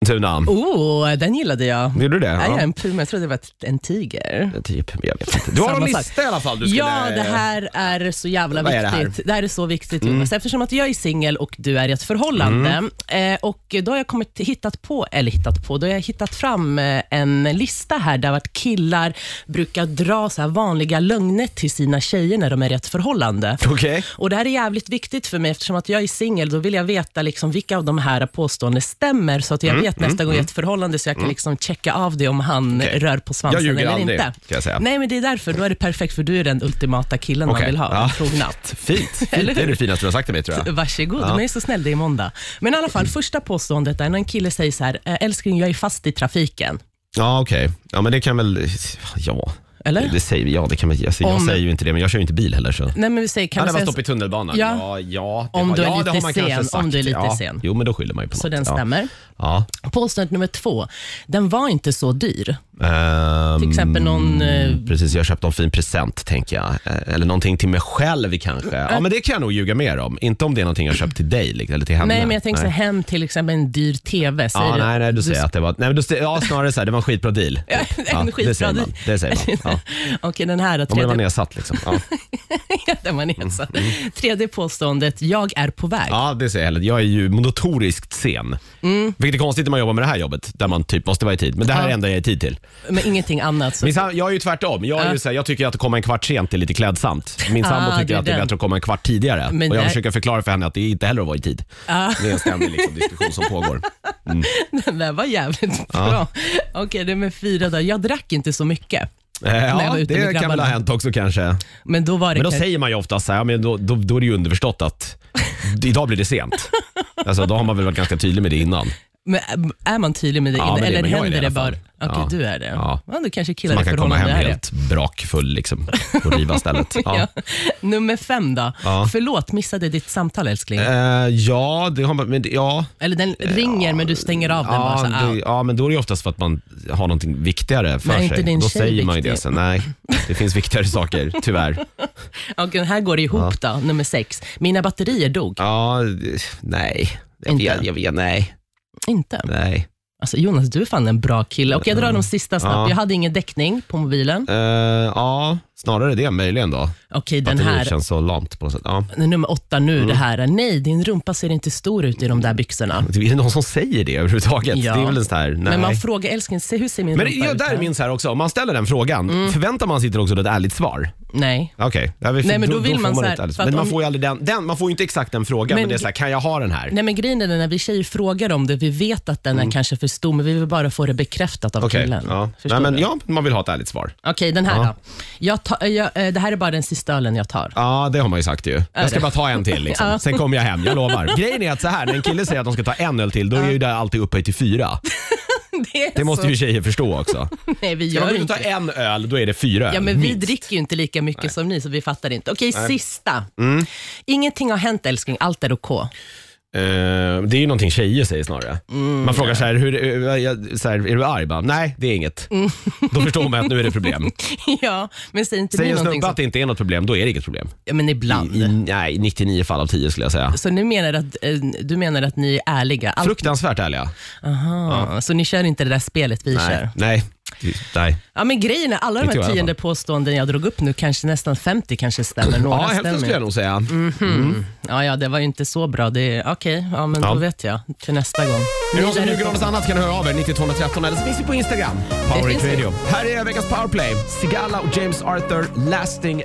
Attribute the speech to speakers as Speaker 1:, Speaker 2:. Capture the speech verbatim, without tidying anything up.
Speaker 1: Fortuna.
Speaker 2: Oh, den gillade jag.
Speaker 1: Gjorde du det?
Speaker 2: Ja.
Speaker 1: Ja.
Speaker 2: Jag är en puma, jag trodde det var en tiger.
Speaker 1: En tiger, jag vet inte. Du har en lista i alla fall. Du skulle...
Speaker 2: Ja, det här är så jävla
Speaker 1: Vad är
Speaker 2: viktigt.
Speaker 1: det
Speaker 2: Det
Speaker 1: här?
Speaker 2: det här är så viktigt, Jonas. Mm. Eftersom att jag är singel och du är i ett förhållande. Mm. Eh, och då har jag kommit, hittat på, eller hittat på, då har jag hittat fram eh, en lista här där vart killar brukar dra så här vanliga lögner till sina tjejer när de är i ett förhållande.
Speaker 1: Okay.
Speaker 2: Och det här är jävligt viktigt för mig eftersom att jag är singel. Då vill jag veta liksom vilka av de här påståenden stämmer så att jag mm. vet nästa mm. gång jag är i ett förhållande så jag kan liksom checka av det om han okay. rör på svansen eller aldrig, inte. Kan
Speaker 1: jag säga.
Speaker 2: Nej, men det är därför. Då är det perfekt för du är den ultimata killen okay. man vill ha.
Speaker 1: Ja.
Speaker 2: Trogna.
Speaker 1: Fint. Fint. Det är det finaste du har sagt till mig, tror jag.
Speaker 2: Varsågod,
Speaker 1: ja.
Speaker 2: men är så snäll, det är måndag. Men i alla fall, första påståendet är när en kille säger så här: älskling, jag är fast i trafiken.
Speaker 1: Ja, okej. Okay. Ja, men det kan väl... Ja...
Speaker 2: Eller?
Speaker 1: Det, det säger vi, ja det kan man jag, säger, jag säger ju inte det, men jag kör ju inte bil heller så.
Speaker 2: Nej, men vi säger, kan
Speaker 1: ja, det
Speaker 2: säga...
Speaker 1: var stopp i tunnelbanan.
Speaker 2: Ja,
Speaker 1: ja, ja det
Speaker 2: om,
Speaker 1: har,
Speaker 2: du är
Speaker 1: ja,
Speaker 2: lite
Speaker 1: det har man
Speaker 2: sen,
Speaker 1: sagt.
Speaker 2: om du är lite
Speaker 1: ja.
Speaker 2: sen.
Speaker 1: Jo, men då skyller man ju på
Speaker 2: så
Speaker 1: något.
Speaker 2: Så den stämmer.
Speaker 1: Ja.
Speaker 2: Påståendet nummer två, den var inte så dyr.
Speaker 1: Um,
Speaker 2: till exempel någon... Uh...
Speaker 1: Precis, jag köpte en fin present, tänker jag. Eller någonting till mig själv kanske. Ja, uh... men det kan jag nog ljuga mer om. Inte om det är någonting jag köpt till dig eller till henne.
Speaker 2: Nej, men jag tänker så hem till exempel en dyr tv.
Speaker 1: Ja,
Speaker 2: du,
Speaker 1: nej, nej, du, du säger att det var... Nej, men du, ja, snarare så här, det var en skitbra deal. Typ.
Speaker 2: Ja, en
Speaker 1: ja,
Speaker 2: skitbra
Speaker 1: det säger
Speaker 2: deal.
Speaker 1: man. Det säger man. Ja.
Speaker 2: Okej, den här...
Speaker 1: Om man är nedsatt liksom. Ja.
Speaker 2: Ja, den var nedsatt. Mm. Tredje påståendet, jag är på väg.
Speaker 1: Ja, det säger jag heller. Jag är ju monotoriskt sen. Mm. Vilket är konstigt när man jobbar med det här jobbet, där man typ måste vara i tid. Men det här ja. är enda jag är i tid till.
Speaker 2: Men ingenting annat. Så...
Speaker 1: Min sam- jag är ju tvärtom. Jag, är
Speaker 2: ja.
Speaker 1: ju så här, jag tycker att komma en kvart sent är lite klädsamt. Min sambo
Speaker 2: ah,
Speaker 1: tycker att det är bättre att komma en kvart tidigare. Men och jag där... försöker förklara för henne att det är inte heller att vara i tid. Ah. Det är en ständig liksom, diskussion som pågår. Mm.
Speaker 2: Den där var jävligt
Speaker 1: ja.
Speaker 2: bra. Okej, okay, det är med fyra då. Jag drack inte så mycket.
Speaker 1: Ja, det kan väl ha hänt också kanske.
Speaker 2: Men då, var det
Speaker 1: men då
Speaker 2: kan...
Speaker 1: säger man ju ofta så här, men då, då, då är det ju underförstått att idag blir det sent. Alltså, då har man väl varit ganska tydlig med det innan.
Speaker 2: Men är man tydlig med det
Speaker 1: ja,
Speaker 2: innan? Eller
Speaker 1: det,
Speaker 2: händer det,
Speaker 1: det
Speaker 2: bara? Okej, okay,
Speaker 1: ja.
Speaker 2: du är det.
Speaker 1: Ja.
Speaker 2: Ja, då kanske killar
Speaker 1: man kan komma hem helt
Speaker 2: det.
Speaker 1: brakfull liksom, och riva stället. Ja.
Speaker 2: Ja. Nummer fem då. Ja. Förlåt, missade ditt samtal, älskling.
Speaker 1: Uh, ja, det har man, men ja.
Speaker 2: Eller den ringer ja. men du stänger av den
Speaker 1: ja,
Speaker 2: bara så,
Speaker 1: det, ja, men då är det oftast för att man har någonting viktigare för
Speaker 2: men
Speaker 1: sig. Då säger
Speaker 2: viktig.
Speaker 1: man ju det sen. Nej, det finns viktigare saker, tyvärr.
Speaker 2: Och den här går det ihop ja. då, nummer sex. Mina batterier dog.
Speaker 1: Ja, nej. Jag
Speaker 2: Inte.
Speaker 1: vet, jag vet, nej.
Speaker 2: Inte?
Speaker 1: Nej.
Speaker 2: Alltså Jonas, du är fan en bra kille. Och jag drar de sista snabbt. Ja. Jag hade ingen täckning på mobilen.
Speaker 1: Uh, ja, snarare det möjligen då.
Speaker 2: Okej, den här
Speaker 1: känns så lamt på något sätt. Ja.
Speaker 2: Nummer åtta nu, mm. det här. Nej, din rumpa ser inte stor ut i de där byxorna.
Speaker 1: Är det någon som säger det överhuvudtaget?
Speaker 2: Ja.
Speaker 1: Det är väl en sån här, nej.
Speaker 2: Men man frågar, älskling, hur ser min
Speaker 1: men
Speaker 2: rumpa
Speaker 1: det,
Speaker 2: ut?
Speaker 1: Men där är min så här också. Om man ställer den frågan, mm. förväntar man sig inte också ett ärligt svar?
Speaker 2: Nej.
Speaker 1: Okej. Okay.
Speaker 2: Nej, men då, då vill då man, man så här,
Speaker 1: Men man
Speaker 2: om...
Speaker 1: får ju aldrig den, den, man får ju inte exakt den frågan, men, men det är så här, kan jag ha den här?
Speaker 2: Nej, men grejen är när vi tjejer frågar om det, vi vet att den är mm. kanske för stor, men vi vill bara få det bekräftat av
Speaker 1: okay.
Speaker 2: killen.
Speaker 1: Ja. Nej, men ja, man vill ha ett ärligt svar.
Speaker 2: Okej, okay, den här
Speaker 1: ja.
Speaker 2: då. Jag tar, jag, det här är bara den sista ölen jag tar.
Speaker 1: Ja, det har man ju sagt ju. Jag ska bara ta en till liksom. Ja. Sen kommer jag hem, jag lovar. Grejen är att så här, när en kille säger att de ska ta en öl till, då är ju det alltid uppe till fyra. Det, det måste så... ju tjejer förstå också. Nej, vi gör inte. Ta en öl, då är det fyra öl.
Speaker 2: Ja, men
Speaker 1: minst.
Speaker 2: Vi dricker ju inte lika mycket Nej. som ni, så vi fattar inte. Okej, Nej. sista. Mm. Ingenting har hänt, älskling. Allt är okej.
Speaker 1: Uh, det är ju någonting tjejer säger snarare. Mm, man frågar så här, hur, uh, så här, är du arg? Bara, nej, det är inget. Mm. Då förstår man att nu är det problem.
Speaker 2: Ja, men säger inte
Speaker 1: säger
Speaker 2: ni någonting
Speaker 1: snubba
Speaker 2: så...
Speaker 1: att det inte är något problem, då är det inget problem.
Speaker 2: Ja, men ibland.
Speaker 1: I, i, nej, nittionio fall av tio skulle jag säga.
Speaker 2: Så nu menar att, du menar att ni är ärliga? Allt...
Speaker 1: Fruktansvärt ärliga.
Speaker 2: Aha, ja. Så ni kör inte det där spelet vi
Speaker 1: nej,
Speaker 2: kör?
Speaker 1: Nej. Nej.
Speaker 2: Ja, men grejen är alla de här tionde påståenden jag drog upp nu, kanske nästan femtio kanske stämmer. Några
Speaker 1: ja, hälften skulle jag nog säga.
Speaker 2: Mm-hmm. Mm. Ja, ja, det var ju inte så bra. Okej, okay, ja, men ja. Då vet jag. Till nästa gång.
Speaker 1: Är det någon som ljuger om något annat kan du höra av er nittio två tretton eller så finns vi på Instagram. Power Radio. Här är veckans Powerplay. Sigala och James Arthur, Lasting